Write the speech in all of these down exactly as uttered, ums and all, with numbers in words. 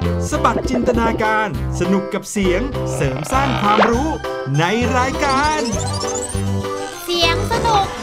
สบัดจินตนาการสนุกกับเสียงเสริมสร้างความรู้ในรายการเสียงสนุก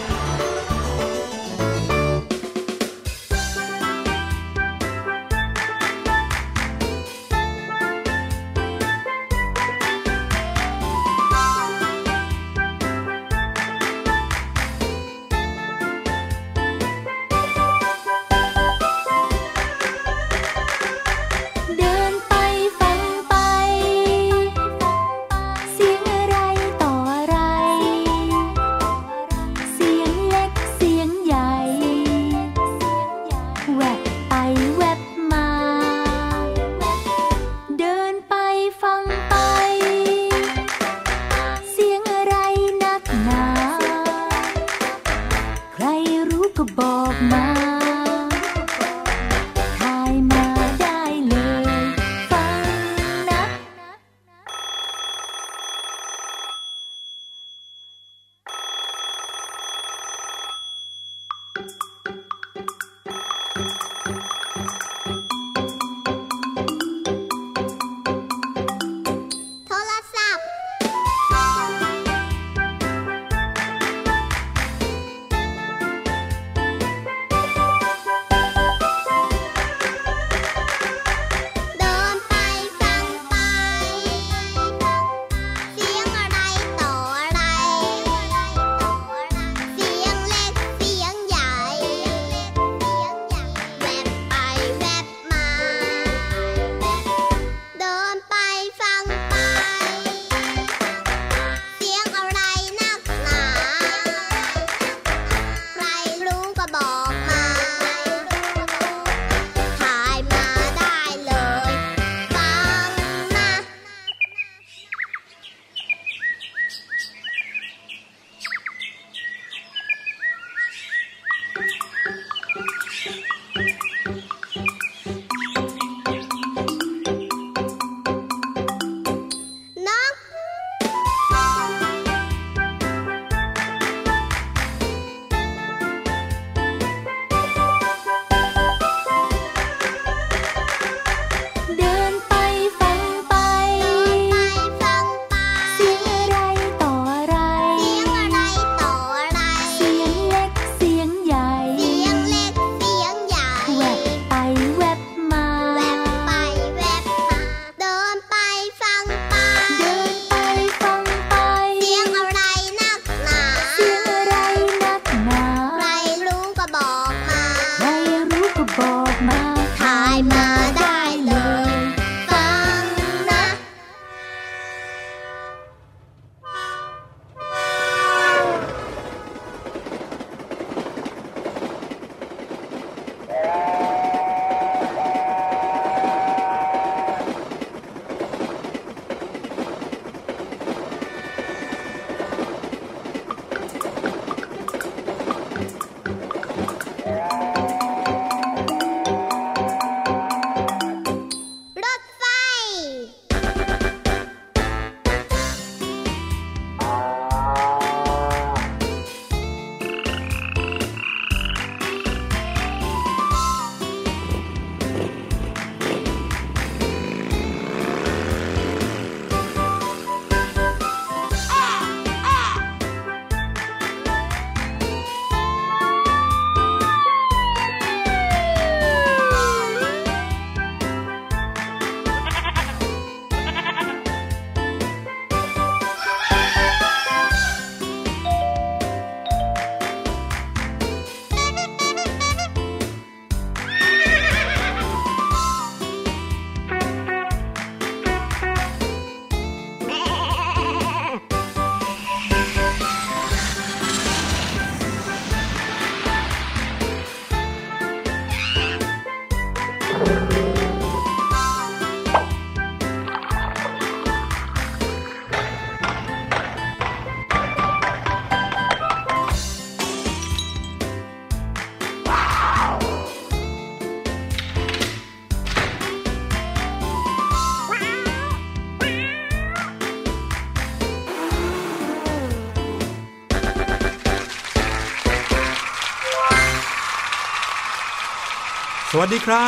สวัสดีครับ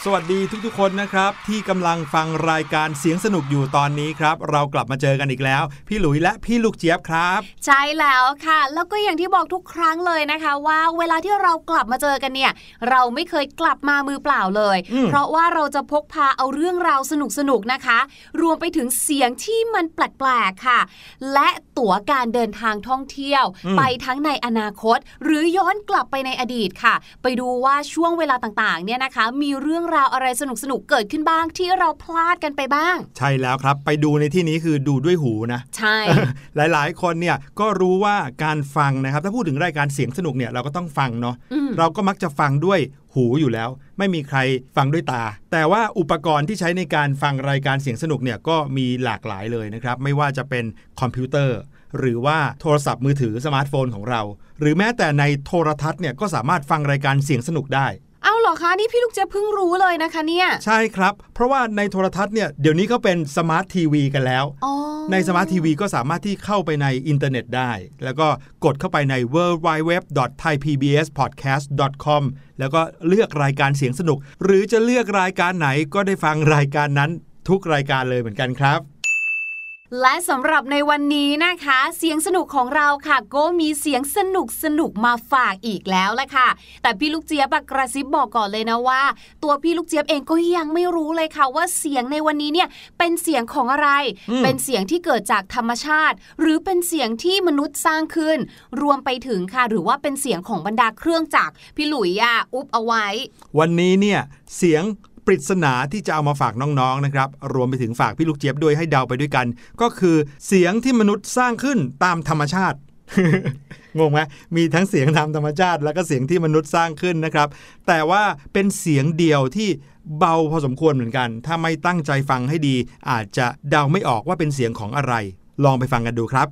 สวัสดีทุกๆคนนะครับที่กำลังฟังรายการเสียงสนุกอยู่ตอนนี้ครับเรากลับมาเจอกันอีกแล้วพี่หลุยและพี่ลูกเจี๊ยบครับใช่แล้วค่ะแล้วก็อย่างที่บอกทุกครั้งเลยนะคะว่าเวลาที่เรากลับมาเจอกันเนี่ยเราไม่เคยกลับมามือเปล่าเลยเพราะว่าเราจะพกพาเอาเรื่องราวสนุกๆนะคะรวมไปถึงเสียงที่มันแปลกๆค่ะและตั๋วการเดินทางท่องเที่ยวไปทั้งในอนาคตหรือย้อนกลับไปในอดีตค่ะไปดูว่าช่วงเวลาต่างๆเนี่ยนะคะมีเรื่องราวอะไรสนุกๆเกิดขึ้นบ้างที่เราพลาดกันไปบ้างใช่แล้วครับไปดูในที่นี้คือดูด้วยหูนะใช่หลายๆคนเนี่ยก็รู้ว่าการฟังนะครับถ้าพูดถึงรายการเสียงสนุกเนี่ยเราก็ต้องฟังเนาะเราก็มักจะฟังด้วยหูอยู่แล้วไม่มีใครฟังด้วยตาแต่ว่าอุปกรณ์ที่ใช้ในการฟังรายการเสียงสนุกเนี่ยก็มีหลากหลายเลยนะครับไม่ว่าจะเป็นคอมพิวเตอร์หรือว่าโทรศัพท์มือถือสมาร์ทโฟนของเราหรือแม้แต่ในโทรทัศน์เนี่ยก็สามารถฟังรายการเสียงสนุกได้เอาเหรอคะนี่พี่ลูกเจี๊ยบเพิ่งรู้เลยนะคะเนี่ยใช่ครับเพราะว่าในโทรทัศน์เนี่ยเดี๋ยวนี้เขาเป็นสมาร์ททีวีกันแล้วในสมาร์ททีวีก็สามารถที่เข้าไปในอินเทอร์เน็ตได้แล้วก็กดเข้าไปใน ดับเบิลยู ดับเบิลยู ดับเบิลยู ดอท ไทย พี บี เอส พอดแคสต์ ดอท คอม แล้วก็เลือกรายการเสียงสนุกหรือจะเลือกรายการไหนก็ได้ฟังรายการนั้นทุกรายการเลยเหมือนกันครับและสำหรับในวันนี้นะคะเสียงสนุกของเราค่ะก็มีเสียงสนุกสนุกมาฝากอีกแล้วแหละค่ะแต่พี่ลูกเจี๊ยบกระซิบบอกก่อนเลยนะว่าตัวพี่ลูกเจี๊ยบเองก็ยังไม่รู้เลยค่ะว่าเสียงในวันนี้เนี่ยเป็นเสียงของอะไรเป็นเสียงที่เกิดจากธรรมชาติหรือเป็นเสียงที่มนุษย์สร้างขึ้นรวมไปถึงค่ะหรือว่าเป็นเสียงของบรรดาเครื่องจักรพี่หลุยอ่ะอุ๊บเอาไว้วันนี้เนี่ยเสียงปริศนาที่จะเอามาฝากน้องๆนะครับรวมไปถึงฝากพี่ลูกเจี๊ยบด้วยให้เดาไปด้วยกันก็คือเสียงที่มนุษย์สร้างขึ้นตามธรรมชาติ งงไหมมีทั้งเสียงตามธรรมชาติแล้วก็เสียงที่มนุษย์สร้างขึ้นนะครับแต่ว่าเป็นเสียงเดียวที่เบาพอสมควรเหมือนกันถ้าไม่ตั้งใจฟังให้ดีอาจจะเดาไม่ออกว่าเป็นเสียงของอะไรลองไปฟังกันดูครับ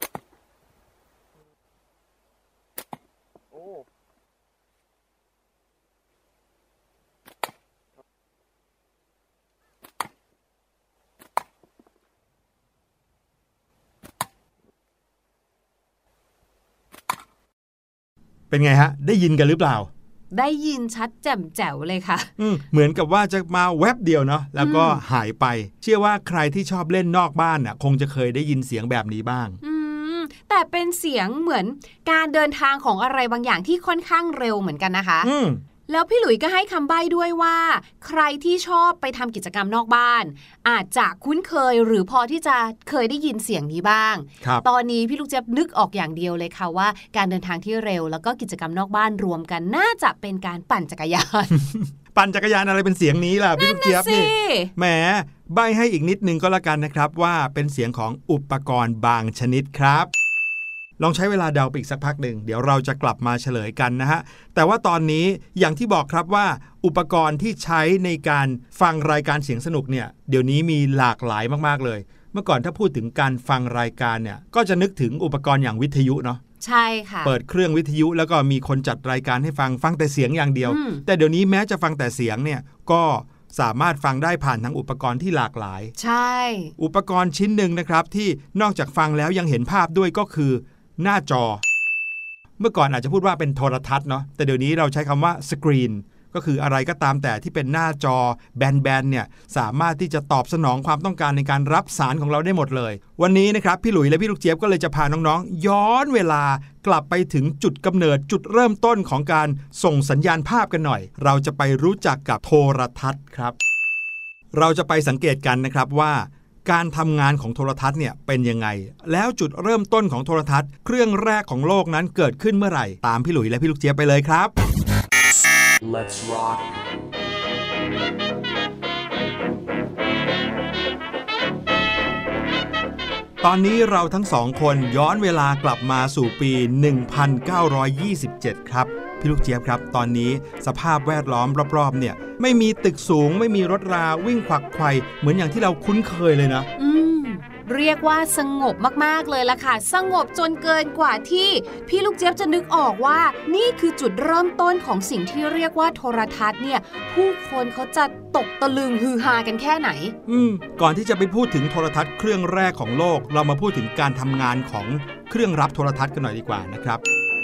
เป็นไงฮะได้ยินกันหรือเปล่าได้ยินชัดแจ่มแจ๋วเลยค่ะเหมือนกับว่าจะมาแวบเดียวเนาะแล้วก็หายไปเชื่อว่าใครที่ชอบเล่นนอกบ้านน่ะคงจะเคยได้ยินเสียงแบบนี้บ้างแต่เป็นเสียงเหมือนการเดินทางของอะไรบางอย่างที่ค่อนข้างเร็วเหมือนกันนะคะแล้วพี่หลุยก็ให้คำใบ้ด้วยว่าใครที่ชอบไปทำกิจกรรมนอกบ้านอาจจะคุ้นเคยหรือพอที่จะเคยได้ยินเสียงนี้บ้างตอนนี้พี่ลูกเจี๊ยบนึกออกอย่างเดียวเลยค่ะว่าการเดินทางที่เร็วแล้วก็กิจกรรมนอกบ้านรวมกันน่าจะเป็นการปั่นจักรยานปั่นจักรยานอะไรเป็นเสียงนี้ล่ะพี่ลูกเจี๊ยบนี่แหมใบ้ให้อีกนิดนึงก็แล้วกันนะครับว่าเป็นเสียงของอุปกรณ์บางชนิดครับลองใช้เวลาเดาไปอีกสักพักหนึ่งเดี๋ยวเราจะกลับมาเฉลยกันนะฮะแต่ว่าตอนนี้อย่างที่บอกครับว่าอุปกรณ์ที่ใช้ในการฟังรายการเสียงสนุกเนี่ยเดี๋ยวนี้มีหลากหลายมากๆเลยเมื่อก่อนถ้าพูดถึงการฟังรายการเนี่ยก็จะนึกถึงอุปกรณ์อย่างวิทยุเนาะใช่ค่ะเปิดเครื่องวิทยุแล้วก็มีคนจัดรายการให้ฟังฟังแต่เสียงอย่างเดียวแต่เดี๋ยวนี้แม้จะฟังแต่เสียงเนี่ยก็สามารถฟังได้ผ่านทั้งอุปกรณ์ที่หลากหลายใช่อุปกรณ์ชิ้นหนึ่งนะครับที่นอกจากฟังแล้วยังเห็นภาพด้วยก็คือหน้าจอเมื่อก่อนอาจจะพูดว่าเป็นโทรทัศน์เนาะแต่เดี๋ยวนี้เราใช้คำว่าสกรีนก็คืออะไรก็ตามแต่ที่เป็นหน้าจอแบนๆเนี่ยสามารถที่จะตอบสนองความต้องการในการรับสารของเราได้หมดเลยวันนี้นะครับพี่หลุยและพี่ลูกเจี๊ยบก็เลยจะพาน้องๆย้อนเวลากลับไปถึงจุดกำเนิดจุดเริ่มต้นของการส่งสัญญาณภาพกันหน่อยเราจะไปรู้จักกับโทรทัศน์ครับเราจะไปสังเกตกันนะครับว่าการทำงานของโทรทัศน์เนี่ยเป็นยังไงแล้วจุดเริ่มต้นของโทรทัศน์เครื่องแรกของโลกนั้นเกิดขึ้นเมื่อไหร่ตามพี่หลุยและพี่ลูกเจี๊ยบไปเลยครับ Let's rock ตอนนี้เราทั้งสองคนย้อนเวลากลับมาสู่ปี หนึ่งพันเก้าร้อยยี่สิบเจ็ด ครับพี่ลูกเจี๊ยบครับตอนนี้สภาพแวดล้อมรอบๆเนี่ยไม่มีตึกสูงไม่มีรถราวิ่งขวักไขว่เหมือนอย่างที่เราคุ้นเคยเลยนะอืมเรียกว่าสงบมากๆเลยล่ะค่ะสงบจนเกินกว่าที่พี่ลูกเจี๊ยบจะนึกออกว่านี่คือจุดเริ่มต้นของสิ่งที่เรียกว่าโทรทัศน์เนี่ยผู้คนเขาจะตกตะลึงฮือฮากันแค่ไหนอืมก่อนที่จะไปพูดถึงโทรทัศน์เครื่องแรกของโลกเรามาพูดถึงการทำงานของเครื่องรับโทรทัศน์กันหน่อยดีกว่านะครับ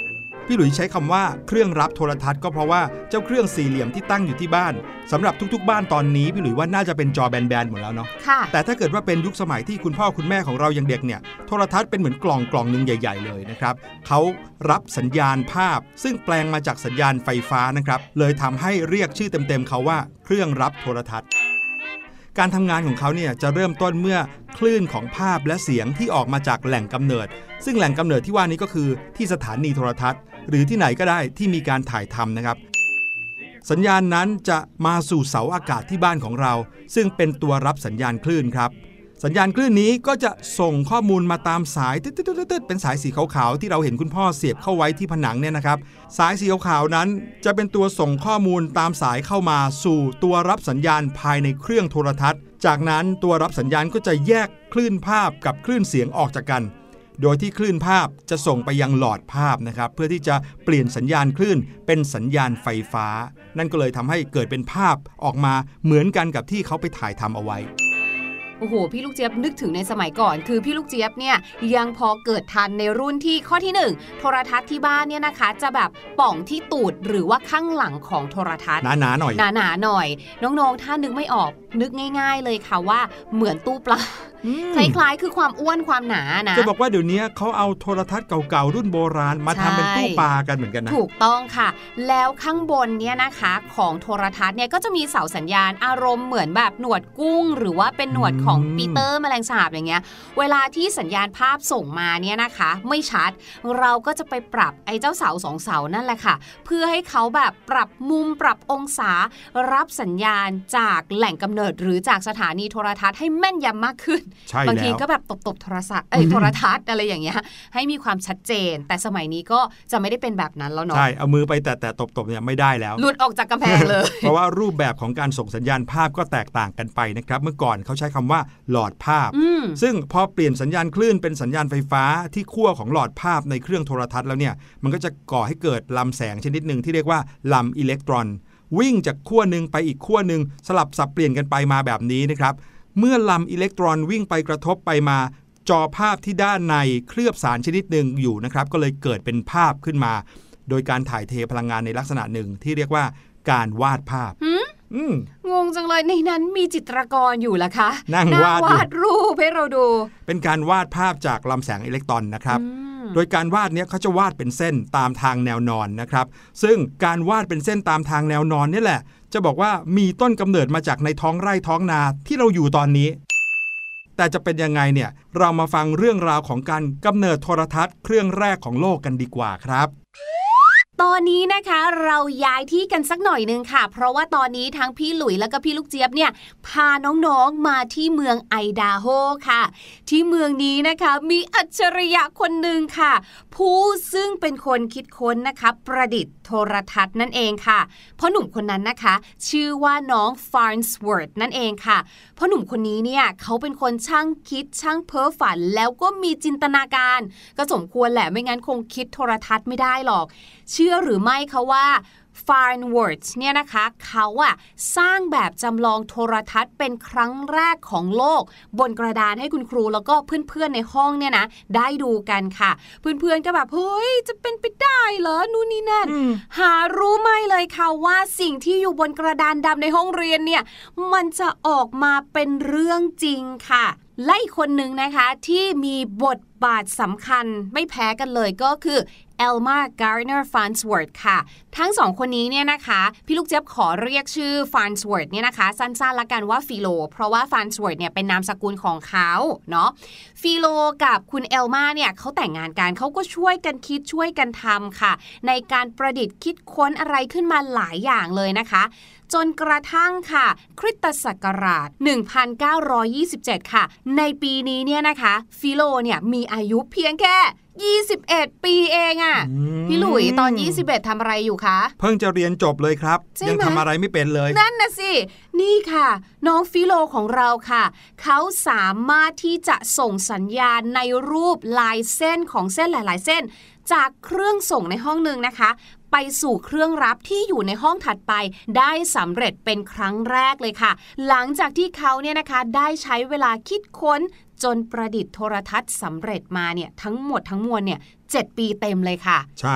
พี่หลุยใช้คำว่าเครื่องรับโทรทัศน์ก็เพราะว่าเจ้าเครื่องสี่เหลี่ยมที่ตั้งอยู่ที่บ้านสำหรับทุกๆบ้านตอนนี้พี่หลุยว่าน่าจะเป็นจอแบนๆหมดแล้วเนาะแต่ถ้าเกิดว่าเป็นยุคสมัยที่คุณพ่อคุณแม่ของเรายังเด็กเนี่ยโทรทัศน์เป็นเหมือนกล่องกล่องนึงใหญ่ๆเลยนะครับเขารับสัญญาณภาพซึ่งแปลงมาจากสัญญาณไฟฟ้านะครับเลยทำให้เรียกชื่อเต็มๆเขาว่าเครื่องรับโทรทัศน์การทำงานของเขาเนี่ยจะเริ่มต้นเมื่อคลื่นของภาพและเสียงที่ออกมาจากแหล่งกำเนิดซึ่งแหล่งกำเนิดที่ว่านี้ก็คือที่สถานีโทรทัศน์หรือที่ไหนก็ได้ที่มีการถ่ายทำนะครับสัญญาณนั้นจะมาสู่เสาอากาศที่บ้านของเราซึ่งเป็นตัวรับสัญญาณคลื่นครับสัญญาณคลื่นนี้ก็จะส่งข้อมูลมาตามสายตึ๊ดๆๆเป็นสายสีขาวๆที่เราเห็นคุณพ่อเสียบเข้าไว้ที่ผนังเนี่ยนะครับสายสีขาวๆนั้นจะเป็นตัวส่งข้อมูลตามสายเข้ามาสู่ตัวรับสัญญาณภายในเครื่องโทรทัศน์จากนั้นตัวรับสัญญาณก็จะแยกคลื่นภาพกับคลื่นเสียงออกจากกันโดยที่คลื่นภาพจะส่งไปยังหลอดภาพนะครับเพื่อที่จะเปลี่ยนสัญญาณคลื่นเป็นสัญญาณไฟฟ้านั่นก็เลยทำให้เกิดเป็นภาพออกมาเหมือนกันกับที่เขาไปถ่ายทำเอาไว้โอ้โหพี่ลูกเจี๊ยบนึกถึงในสมัยก่อนคือพี่ลูกเจี๊ยบเนี่ยยังพอเกิดทันในรุ่นที่ข้อที่หนึ่งโทรทัศน์ที่บ้านเนี่ยนะคะจะแบบป่องที่ตูดหรือว่าข้างหลังของโทรทัศน์หนาๆหน่อยหนาๆหน่อยน้องๆถ้านึกไม่ออกนึกง่ายๆเลยค่ะว่าเหมือนตู้ปลาคล้ายๆคือความอ้วนความหนานะจะบอกว่าเดี๋ยวนี้เขาเอาโทรทัศน์เก่าๆรุ่นโบราณมาทำเป็นตู้ปลากันเหมือนกันนะถูกต้องค่ะแล้วข้างบนเนี่ยนะคะของโทรทัศน์เนี่ยก็จะมีเสาสัญญาณอารมณ์เหมือนแบบหนวดกุ้งหรือว่าเป็นหนวดของปีเตอร์แมลงสาบอย่างเงี้ยเวลาที่สัญญาณภาพส่งมาเนี่ยนะคะไม่ชัดเราก็จะไปปรับไอ้เจ้าเสาสองเสานั่นแหละค่ะเพื่อให้เขาแบบปรับมุมปรับองศารับสัญญาณจากแหล่งกำเนิดหรือจากสถานีโทรทัศน์ให้แม่นยำมากขึ้นบางทีก็แบบตบๆโทรศัพท์เอ้ยโทรทัศน์อะไรอย่างเงี้ยให้มีความชัดเจนแต่สมัยนี้ก็จะไม่ได้เป็นแบบนั้นแล้วเนาะใช่เอามือไปแตะๆตบๆเนี่ยไม่ได้แล้วหลุดออกจากกำแพงเลยเพราะว่ารูปแบบของการส่งสัญญาณภาพก็แตกต่างกันไปนะครับเมื่อก่อนเขาใช้คำว่าหลอดภาพซึ่งพอเปลี่ยนสัญญาณคลื่นเป็นสัญญาณไฟฟ้าที่ขั้วของหลอดภาพในเครื่องโทรทัศน์แล้วเนี่ยมันก็จะก่อให้เกิดลำแสงชนิดหนึ่งที่เรียกว่าลำอิเล็กตรอนวิ่งจากขั้วนึงไปอีกขั้วนึงสลับสับเปลี่ยนกันไปมาแบบนี้นะครับเมื่อลำอิเล็กตรอนวิ่งไปกระทบไปมาจอภาพที่ด้านในเคลือบสารชนิดหนึ่งอยู่นะครับก็เลยเกิดเป็นภาพขึ้นมาโดยการถ่ายเทพลังงานในลักษณะหนึ่งที่เรียกว่าการวาดภาพงงจังเลยในนั้นมีจิตรกรอยู่ล่ะคะนั่งวาดวาดรูปให้เราดูเป็นการวาดภาพจากลำแสงอิเล็กตรอนนะครับโดยการวาดเนี้ยเขาจะวาดเป็นเส้นตามทางแนวนอนนะครับซึ่งการวาดเป็นเส้นตามทางแนวนอนนี่แหละจะบอกว่ามีต้นกำเนิดมาจากในท้องไร่ท้องนาที่เราอยู่ตอนนี้แต่จะเป็นยังไงเนี่ยเรามาฟังเรื่องราวของการกำเนิดโทรทัศน์เครื่องแรกของโลกกันดีกว่าครับตอนนี้นะคะเราย้ายที่กันสักหน่อยนึงค่ะเพราะว่าตอนนี้ทั้งพี่หลุยแล้วก็พี่ลูกเจี๊ยบเนี่ยพาน้องๆมาที่เมืองไอดาโฮค่ะที่เมืองนี้นะคะมีอัจฉริยะคนหนึ่งค่ะผู้ซึ่งเป็นคนคิดค้นนะคะประดิษฐ์โทรทัศน์นั่นเองค่ะเพราะหนุ่มคนนั้นนะคะชื่อว่าน้องฟาร์นสเวิร์ธนั่นเองค่ะเพราะหนุ่มคนนี้เนี่ยเขาเป็นคนช่างคิดช่างเพ้อฝันแล้วก็มีจินตนาการก็สมควรแหละไม่งั้นคงคิดโทรทัศน์ไม่ได้หรอกเชื่อหรือไม่คะว่าฟาร์นเวิร์ธเนี่ยนะคะเขาอะสร้างแบบจำลองโทรทัศน์เป็นครั้งแรกของโลกบนกระดานให้คุณครูแล้วก็เพื่อนๆในห้องเนี่ยนะได้ดูกันค่ะเพื่อนๆก็แบบเฮ้ยจะเป็นไปได้เหรอนู่นนี่นั่นหารู้ไหมเลยค่ะว่าสิ่งที่อยู่บนกระดานดำในห้องเรียนเนี่ยมันจะออกมาเป็นเรื่องจริงค่ะและอีกคนหนึ่งนะคะที่มีบทบาทสำคัญไม่แพ้กันเลยก็คือเอลมาร์การ์เนอร์ฟานส์เวิร์ธค่ะทั้งสองคนนี้เนี่ยนะคะพี่ลูกเจี๊ยบขอเรียกชื่อฟานส์เวิร์ธเนี่ยนะคะสั้นๆละกันว่าฟิโลเพราะว่าฟานส์เวิร์ธเนี่ยเป็นนามสกุลของเขาเนาะฟิโลกับคุณเอลมาเนี่ยเขาแต่งงานกันเขาก็ช่วยกันคิดช่วยกันทำค่ะในการประดิษฐ์คิดค้นอะไรขึ้นมาหลายอย่างเลยนะคะจนกระทั่งค่ะคริสตศักราชหนึ่งพันเก้าร้อยยี่สิบเจ็ดค่ะในปีนี้เนี่ยนะคะฟิโลเนี่ยมีอายุเพียงแค่ยี่สิบเอ็ดปีเองอ่ะพี่หลุยตอนยี่สิบเอ็ดทำอะไรอยู่คะเพิ่งจะเรียนจบเลยครับยังทำอะไรไม่เป็นเลยนั่นน่ะสินี่ค่ะน้องฟิโลของเราค่ะเขาสามารถที่จะส่งสัญญาณในรูปลายเส้นของเส้นหลายๆเส้นจากเครื่องส่งในห้องนึงนะคะไปสู่เครื่องรับที่อยู่ในห้องถัดไปได้สำเร็จเป็นครั้งแรกเลยค่ะหลังจากที่เขาเนี่ยนะคะได้ใช้เวลาคิดค้นจนประดิษฐ์โทรทัศน์สำเร็จมาเนี่ยทั้งหมดทั้งมวลเนี่ยเจ็ดปีเต็มเลยค่ะใช่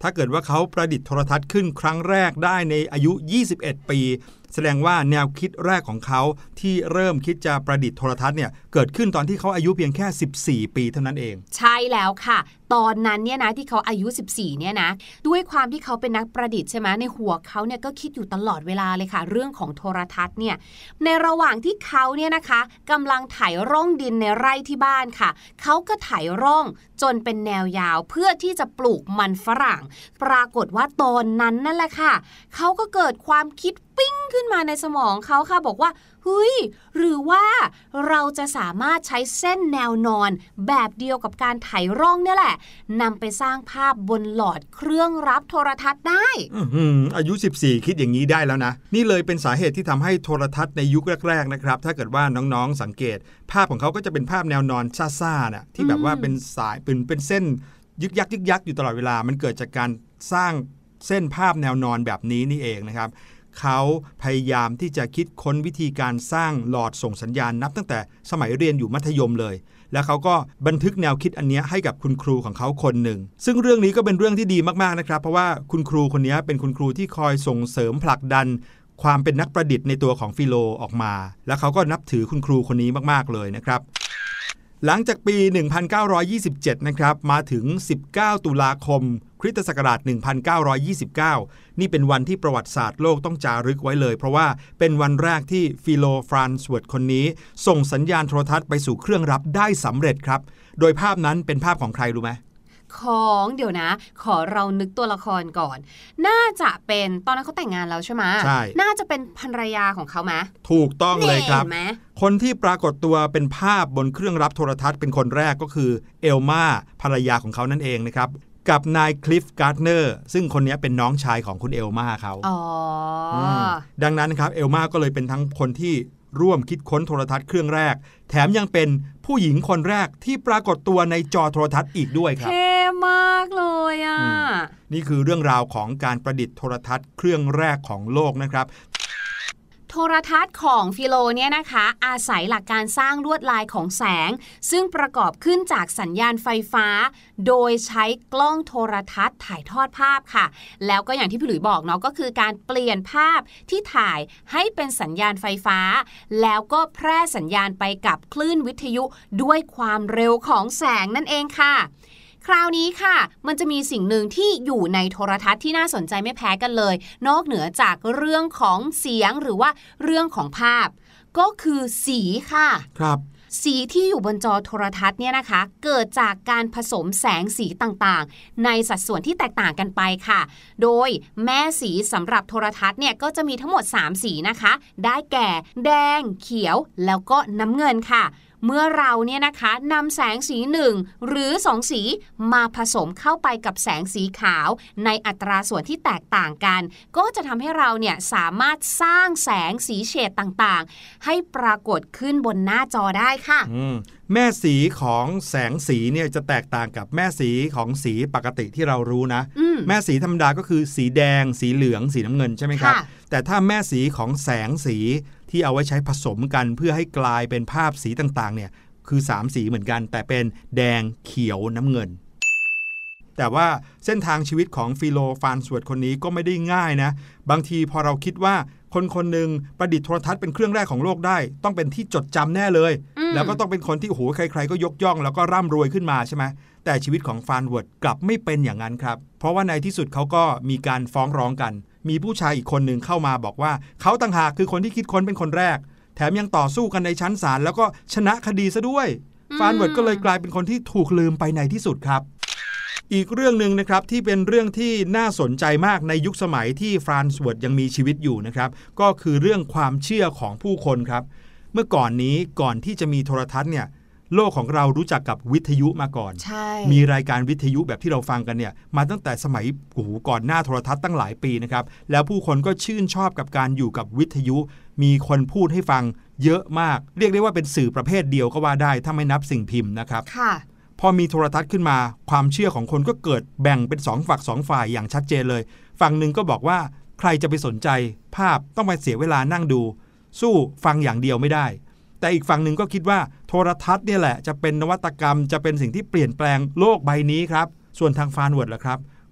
ถ้าเกิดว่าเขาประดิษฐ์โทรทัศน์ขึ้นครั้งแรกได้ในอายุยี่สิบเอ็ดปีแสดงว่าแนวคิดแรกของเขาที่เริ่มคิดจะประดิษฐ์โทรทัศน์เนี่ยเกิดขึ้นตอนที่เขาอายุเพียงแค่สิบสี่ปีเท่านั้นเองใช่แล้วค่ะตอนนั้นเนี่ยนะที่เขาอายุสิบสี่เนี่ยนะด้วยความที่เขาเป็นนักประดิษฐ์ใช่ไหมในหัวเขาเนี่ยก็คิดอยู่ตลอดเวลาเลยค่ะเรื่องของโทรทัศน์เนี่ยในระหว่างที่เขาเนี่ยนะคะกำลังไถร่องดินในไร่ที่บ้านค่ะเขาก็ไถร่องจนเป็นแนวยาวเพื่อที่จะปลูกมันฝรั่งปรากฏว่าตอนนั้นนั่นแหละค่ะเขาก็เกิดความคิดปิ้งขึ้นมาในสมองเขาค่ะบอกว่าเฮ้ยหรือว่าเราจะสามารถใช้เส้นแนวนอนแบบเดียวกับการไถร่องเนี่ยแหละนำไปสร้างภาพบนหลอดเครื่องรับโทรทัศน์ได้อืออายุสิบสี่คิดอย่างนี้ได้แล้วนะนี่เลยเป็นสาเหตุที่ทำให้โทรทัศน์ในยุคแรกๆนะครับถ้าเกิดว่าน้องๆสังเกตภาพของเขาก็จะเป็นภาพแนวนอนซ่าๆน่ะที่แบบว่าเป็นสายเป็นเป็นเส้นยึกยักยึกยักอยู่ตลอดเวลามันเกิดจากการสร้างเส้นภาพแนวนอนแบบนี้นี่เองนะครับเขาพยายามที่จะคิดค้นวิธีการสร้างหลอดส่งสัญญาณนับตั้งแต่สมัยเรียนอยู่มัธยมเลยแล้วเขาก็บันทึกแนวคิดอันนี้ให้กับคุณครูของเขาคนหนึ่งซึ่งเรื่องนี้ก็เป็นเรื่องที่ดีมากๆนะครับเพราะว่าคุณครูคนนี้เป็นคุณครูที่คอยส่งเสริมผลักดันความเป็นนักประดิษฐ์ในตัวของฟิโลออกมาแล้วเขาก็นับถือคุณครูคนนี้มากๆเลยนะครับหลังจากปี หนึ่งพันเก้าร้อยยี่สิบเจ็ด นะครับมาถึง สิบเก้า ตุลาคมคริสตศักราช หนึ่งพันเก้าร้อยยี่สิบเก้า นี่เป็นวันที่ประวัติศาสตร์โลกต้องจารึกไว้เลยเพราะว่าเป็นวันแรกที่ฟิโล ฟรานซ์เวิร์ธคนนี้ส่งสัญญาณโทรทัศน์ไปสู่เครื่องรับได้สำเร็จครับโดยภาพนั้นเป็นภาพของใครรู้ไหมของเดี๋ยวนะขอเรานึกตัวละครก่อนน่าจะเป็นตอนนั้นเขาแต่งงานแล้วใช่ไหมใช่น่าจะเป็นภรรยาของเขาไหมถูกต้องเลยครับคนที่ปรากฏตัวเป็นภาพบนเครื่องรับโทรทัศน์เป็นคนแรกก็คือเอลมาภรรยาของเขานั่นเองนะครับกับนายคลิฟการ์ดเนอร์ซึ่งคนนี้เป็นน้องชายของคุณเอลมาเขาอ๋อดังนั้นครับเอลมาก็เลยเป็นทั้งคนที่ร่วมคิดค้นโทรทัศน์เครื่องแรกแถมยังเป็นผู้หญิงคนแรกที่ปรากฏตัวในจอโทรทัศน์อีกด้วยครับเท่มากเลยอ่ะนี่คือเรื่องราวของการประดิษฐ์โทรทัศน์เครื่องแรกของโลกนะครับโทรทัศน์ของฟิโลเนี่ยนะคะอาศัยหลักการสร้างลวดลายของแสงซึ่งประกอบขึ้นจากสัญญาณไฟฟ้าโดยใช้กล้องโทรทัศน์ถ่ายทอดภาพค่ะแล้วก็อย่างที่พี่หลุยบอกเนาะก็คือการเปลี่ยนภาพที่ถ่ายให้เป็นสัญญาณไฟฟ้าแล้วก็แพร่สัญญาณไปกับคลื่นวิทยุด้วยความเร็วของแสงนั่นเองค่ะคราวนี้ค่ะมันจะมีสิ่งหนึ่งที่อยู่ในโทรทัศน์ที่น่าสนใจไม่แพ้กันเลยนอกเหนือจากเรื่องของเสียงหรือว่าเรื่องของภาพก็คือสีค่ะครับสีที่อยู่บนจอโทรทัศน์เนี่ยนะคะเกิดจากการผสมแสงสีต่างๆในสัดส่วนที่แตกต่างกันไปค่ะโดยแม่สีสำหรับโทรทัศน์เนี่ยก็จะมีทั้งหมดสามสีนะคะได้แก่แดงเขียวแล้วก็น้ำเงินค่ะเมื่อเราเนี่ยนะคะนำแสงสีหนึ่งหรือสองสีมาผสมเข้าไปกับแสงสีขาวในอัตราส่วนที่แตกต่างกันก็จะทำให้เราเนี่ยสามารถสร้างแสงสีเฉดต่างๆให้ปรากฏขึ้นบนหน้าจอได้ค่ะแม่สีของแสงสีเนี่ยจะแตกต่างกับแม่สีของสีปกติที่เรารู้นะแม่สีธรรมดาก็คือสีแดงสีเหลืองสีน้ำเงินใช่ไหมครับแต่ถ้าแม่สีของแสงสีที่เอาไว้ใช้ผสมกันเพื่อให้กลายเป็นภาพสีต่างๆเนี่ยคือสามสีเหมือนกันแต่เป็นแดงเขียวน้ำเงินแต่ว่าเส้นทางชีวิตของฟิโล ฟรานซ์เวิร์ธคนนี้ก็ไม่ได้ง่ายนะบางทีพอเราคิดว่าคนคนหนึ่งประดิษฐ์โทรทัศน์เป็นเครื่องแรกของโลกได้ต้องเป็นที่จดจำแน่เลยแล้วก็ต้องเป็นคนที่โอ้โหใครๆก็ยกย่องแล้วก็ร่ำรวยขึ้นมาใช่ไหมแต่ชีวิตของฟรานซ์เวิร์ธกลับไม่เป็นอย่างนั้นครับเพราะว่าในที่สุดเขาก็มีการฟ้องร้องกันมีผู้ชายอีกคนหนึ่งเข้ามาบอกว่าเขาต่างหากคือคนที่คิดค้นเป็นคนแรกแถมยังต่อสู้กันในชั้นศาลแล้วก็ชนะคดีซะด้วยฟรานซ์เวิร์ธก็เลยกลายเป็นคนที่ถูกลืมไปในที่สุดครับอีกเรื่องนึงนะครับที่เป็นเรื่องที่น่าสนใจมากในยุคสมัยที่ฟรานซ์เวิร์ธยังมีชีวิตอยู่นะครับก็คือเรื่องความเชื่อของผู้คนครับเมื่อก่อนนี้ก่อนที่จะมีโทรทัศน์เนี่ยโลกของเรารู้จักกับวิทยุมาก่อนมีรายการวิทยุแบบที่เราฟังกันเนี่ยมาตั้งแต่สมัยโอ้โหก่อนหน้าโทรทัศน์ตั้งหลายปีนะครับแล้วผู้คนก็ชื่นชอบกับการอยู่กับวิทยุมีคนพูดให้ฟังเยอะมากเรียกได้ว่าเป็นสื่อประเภทเดียวก็ว่าได้ถ้าไม่นับสิ่งพิมพ์นะครับพอมีโทรทัศน์ขึ้นมาความเชื่อของคนก็เกิดแบ่งเป็นสองฝักสองฝ่ายอย่างชัดเจนเลยฝั่งหนึ่งก็บอกว่าใครจะไปสนใจภาพต้องมาเสียเวลานั่งดูสู้ฟังอย่างเดียวไม่ได้แต่อีกฝั่งหนึ่งก็คิดว่าโทรทัศน์เนี่ยแหละจะเป็นนวัตกรรมจะเป็นสิ่งที่เปลี่ยนแปลงโลกใบนี้ครับส่วนทางฟรานซ์เวิร์ธล่ะครับ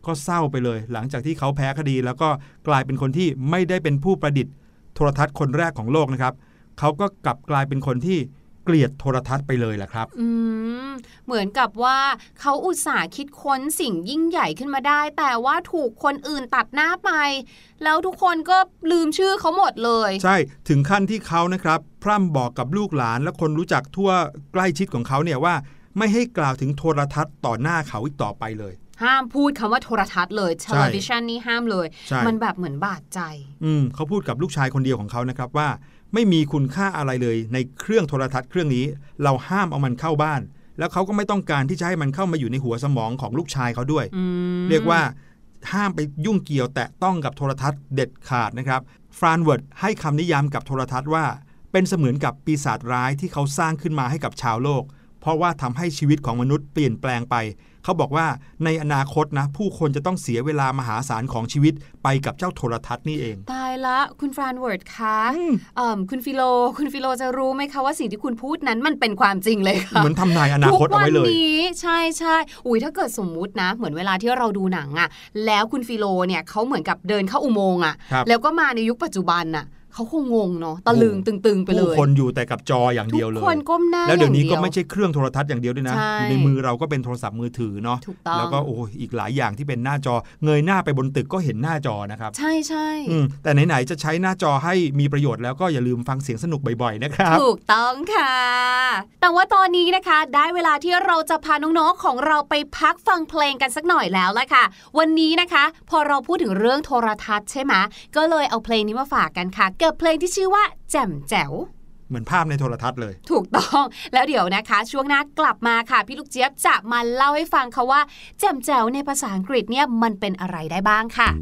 ก็เศร้าไปเลยหลังจากที่เขาแพ้คดีแล้วก็กลายเป็นคนที่ไม่ได้เป็นผู้ประดิษฐ์โทรทัศน์คนแรกของโลกนะครับเขาก็กลับกลายเป็นคนที่เกลียดโทรทัศน์ไปเลยแหละครับอืมเหมือนกับว่าเขาอุตส่าห์คิดค้นสิ่งยิ่งใหญ่ขึ้นมาได้แต่ว่าถูกคนอื่นตัดหน้าไปแล้วทุกคนก็ลืมชื่อเขาหมดเลยใช่ถึงขั้นที่เขานะครับพร่ำบอกกับลูกหลานและคนรู้จักทั่วใกล้ชิดของเขาเนี่ยว่าไม่ให้กล่าวถึงโทรทัศน์ต่อหน้าเขาอีกต่อไปเลยห้ามพูดคำว่าโทรทัศน์เลย television นี่ห้ามเลยมันแบบเหมือนบาดใจอืมเขาพูดกับลูกชายคนเดียวของเขานะครับว่าไม่มีคุณค่าอะไรเลยในเครื่องโทรทัศน์เครื่องนี้เราห้ามเอามันเข้าบ้านแล้วเขาก็ไม่ต้องการที่จะให้มันเข้ามาอยู่ในหัวสมองของลูกชายเขาด้วยเรียกว่าห้ามไปยุ่งเกี่ยวแตะต้องกับโทรทัศน์เด็ดขาดนะครับฟรานเวิร์ดให้คำนิยามกับโทรทัศน์ว่าเป็นเสมือนกับปีศาจร้ายที่เขาสร้างขึ้นมาให้กับชาวโลกเพราะว่าทำให้ชีวิตของมนุษย์เปลี่ยนแปลงไปเขาบอกว่าในอนาคตนะผู้คนจะต้องเสียเวลามหาศาลของชีวิตไปกับเจ้าโทรทัศน์นี่เองตายละคุณฟรานเวิร์ดคะคุณฟิโลคุณฟิโลจะรู้ไหมคะว่าสิ่งที่คุณพูดนั้นมันเป็นความจริงเลยค่ะเหมือนทำนายอนาคตเอาไว้เลยทุกวันนี้ใช่ใช่อุ้ยถ้าเกิดสมมุตินะเหมือนเวลาที่เราดูหนังอะแล้วคุณฟิโลเนี่ยเขาเหมือนกับเดินเข้าอุโมงค์อะแล้วก็มาในยุคปัจจุบันอะเขาคงงงเนาะตะลึงตึงๆไปเลยผู้คนอยู่แต่กับจออย่างเดียวเลยทุกคนก้มหน้าแล้วเดี๋ยวนี้ก็ไม่ใช่เครื่องโทรทัศน์อย่างเดียวด้วยนะอยู่ในมือเราก็เป็นโทรศัพท์มือถือเนาะแล้วก็โอ้อีกหลายอย่างที่เป็นหน้าจอเงยหน้าไปบนตึกก็เห็นหน้าจอนะครับใช่ใช่แต่ไหนๆจะใช้หน้าจอให้มีประโยชน์แล้วก็อย่าลืมฟังเสียงสนุกบ่อยๆนะครับถูกต้องค่ะแต่ว่าตอนนี้นะคะได้เวลาที่เราจะพาน้องๆของเราไปพักฟังเพลงกันสักหน่อยแล้วละค่ะวันนี้นะคะพอเราพูดถึงเรื่องโทรทัศน์ใช่ไหมก็เลยเอาเพลงนี้มาฝากกันค่ะกับเพลงที่ชื่อว่าแจ่มแจ๋วเหมือนภาพในโทรทัศน์เลยถูกต้องแล้วเดี๋ยวนะคะช่วงหน้ากลับมาค่ะพี่ลูกเจี๊ยบจะมาเล่าให้ฟังค่ะว่าแจ่มแจ๋วในภาษาอังกฤษเนี่ยมันเป็นอะไรได้บ้างค่ะ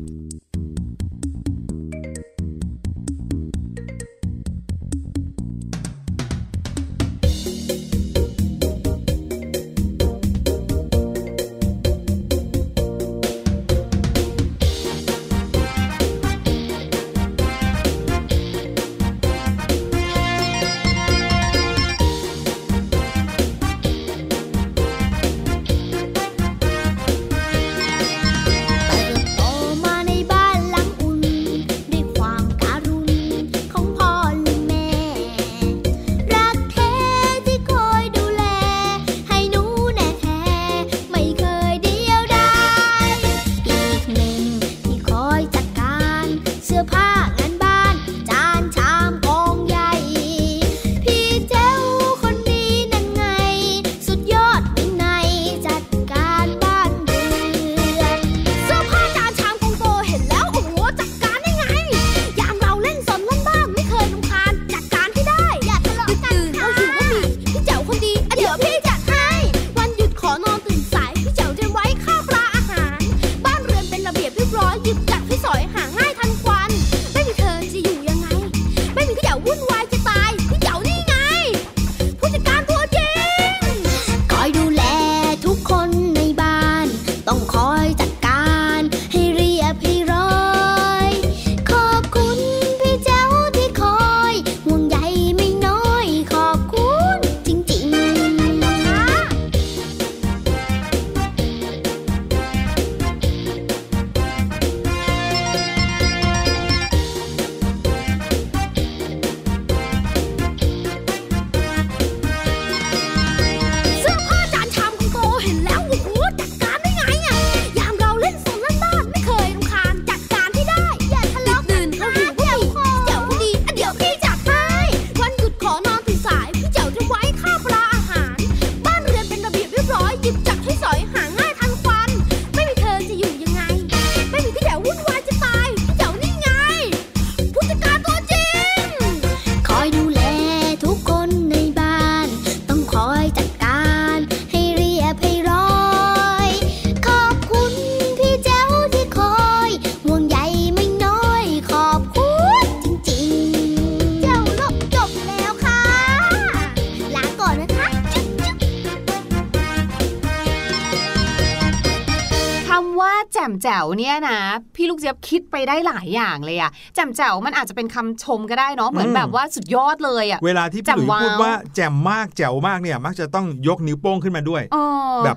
แจ๋วเนี่ยนะพี่ลูกเจี๊ยบคิดไปได้หลายอย่างเลยอะแจ่มแจ๋วมันอาจจะเป็นคำชมก็ได้เนาะเหมือนแบบว่าสุดยอดเลยอะเวลาที่พี่หลุยพูดว่าแจ่มมากแจ๋วมากเนี่ยมักจะต้องยกนิ้วโป้งขึ้นมาด้วยแบบท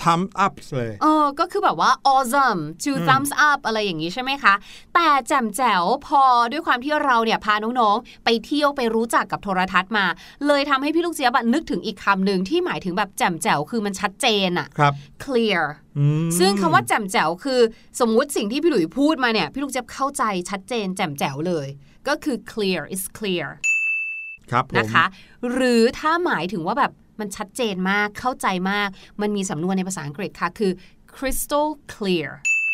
thumbs up เลยเออก็คือแบบว่า awesome two thumbs up อะไรอย่างนี้ใช่ไหมคะแต่แจ่มแจ๋วพอด้วยความที่เราเนี่ยพาน้องๆไปเที่ยวไปรู้จักกับโทรทัศน์มาเลยทำให้พี่ลูกเจี๊ยบนึกถึงอีกคำหนึ่งที่หมายถึงแบบแจ่มแจ๋วคือมันชัดเจนอะ clear ซึ่งคำว่าแจ่มแจ๋วคือสมมุติสิ่งที่พี่หลุยพูดมาเนี่ยพี่ลูกเจี๊ยบเข้าใจชัดเจนแจ่มแจ๋วเลยก็คือ clear is clear ครับผมนะคะหรือถ้าหมายถึงว่าแบบมันชัดเจนมากเข้าใจมากมันมีสำนวนในภาษาอังกฤษค่ะคือ crystal clear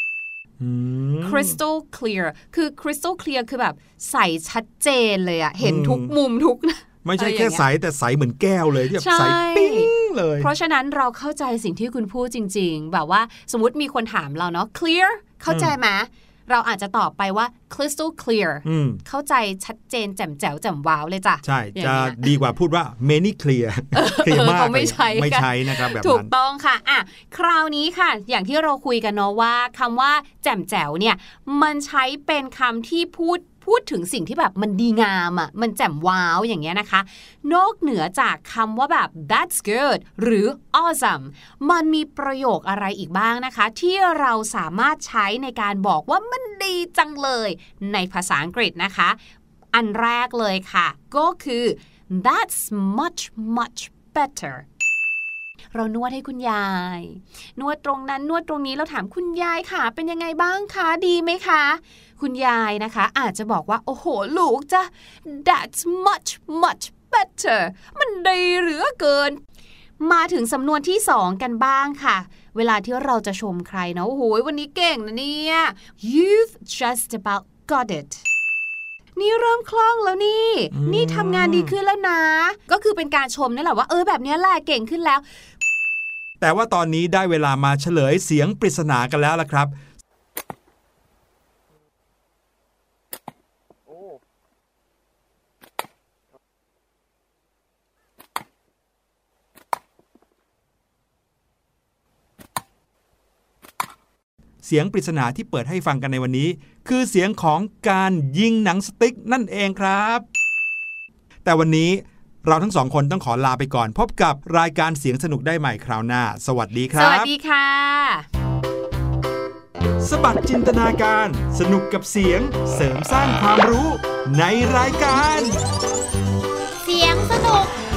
crystal clear คือ crystal clear คือแบบใสชัดเจนเลยอะเห็นทุกมุมทุกไม่ใช่แค่ใสแต่ใสเหมือนแก้วเลยที่แบบใสปิ้งเลยเพราะฉะนั้นเราเข้าใจสิ่งที่คุณพูดจริงๆแบบว่าสมมุติมีคนถามเราเนาะ clear เข้าใจไหมเราอาจจะตอบไปว่า crystal clear เข้าใจชัดเจนแจ่มแจ๋วแจ่มว้าวเลยจ้ะใช่จะดีกว่าพูดว่า many clear เคลียร์มากไม่ใช่ไม่ใช่นะครับแบบนั้นถูกต้องค่ะอ่ะคราวนี้ค่ะอย่างที่เราคุยกันเนาะว่าคำว่าแจ่มแจ๋วเนี่ยมันใช้เป็นคำที่พูดพูดถึงสิ่งที่แบบมันดีงามอ่ะมันแจ่มว้าวอย่างเงี้ยนะคะนอกเหนือจากคำว่าแบบ that's good หรือ awesome มันมีประโยคอะไรอีกบ้างนะคะที่เราสามารถใช้ในการบอกว่ามันดีจังเลยในภาษาอังกฤษนะคะอันแรกเลยค่ะก็คือ that's much much betterเรานวดให้คุณยายนวดตรงนั้นนวดตรงนี้เราถามคุณยายค่ะเป็นยังไงบ้างคะดีไหมคะคุณยายนะคะอาจจะบอกว่าโอ้โหลูกจ้ะ that's much much better มันดีเหลือเกินมาถึงสำนวนที่สองกันบ้างค่ะเวลาที่เราจะชมใครเนาะโอ้โหวันนี้เก่งนะเนี่ย you've just about got itนี่เริ่มคล่องแล้วนี่นี่ทำงานดีขึ้นแล้วนะก็คือเป็นการชมนี่แหละว่าเออแบบนี้แหละเก่งขึ้นแล้วแต่ว่าตอนนี้ได้เวลามาเฉลยเสียงปริศนากันแล้วล่ะครับเสียงปริศนาที่เปิดให้ฟังกันในวันนี้คือเสียงของการยิงหนังสติ๊กนั่นเองครับแต่วันนี้เราทั้งสองคนต้องขอลาไปก่อนพบกับรายการเสียงสนุกได้ใหม่คราวหน้าสวัสดีครับสวัสดีค่ะสบัดจินตนาการสนุกกับเสียงเสริมสร้างความรู้ในรายการเสียงสนุก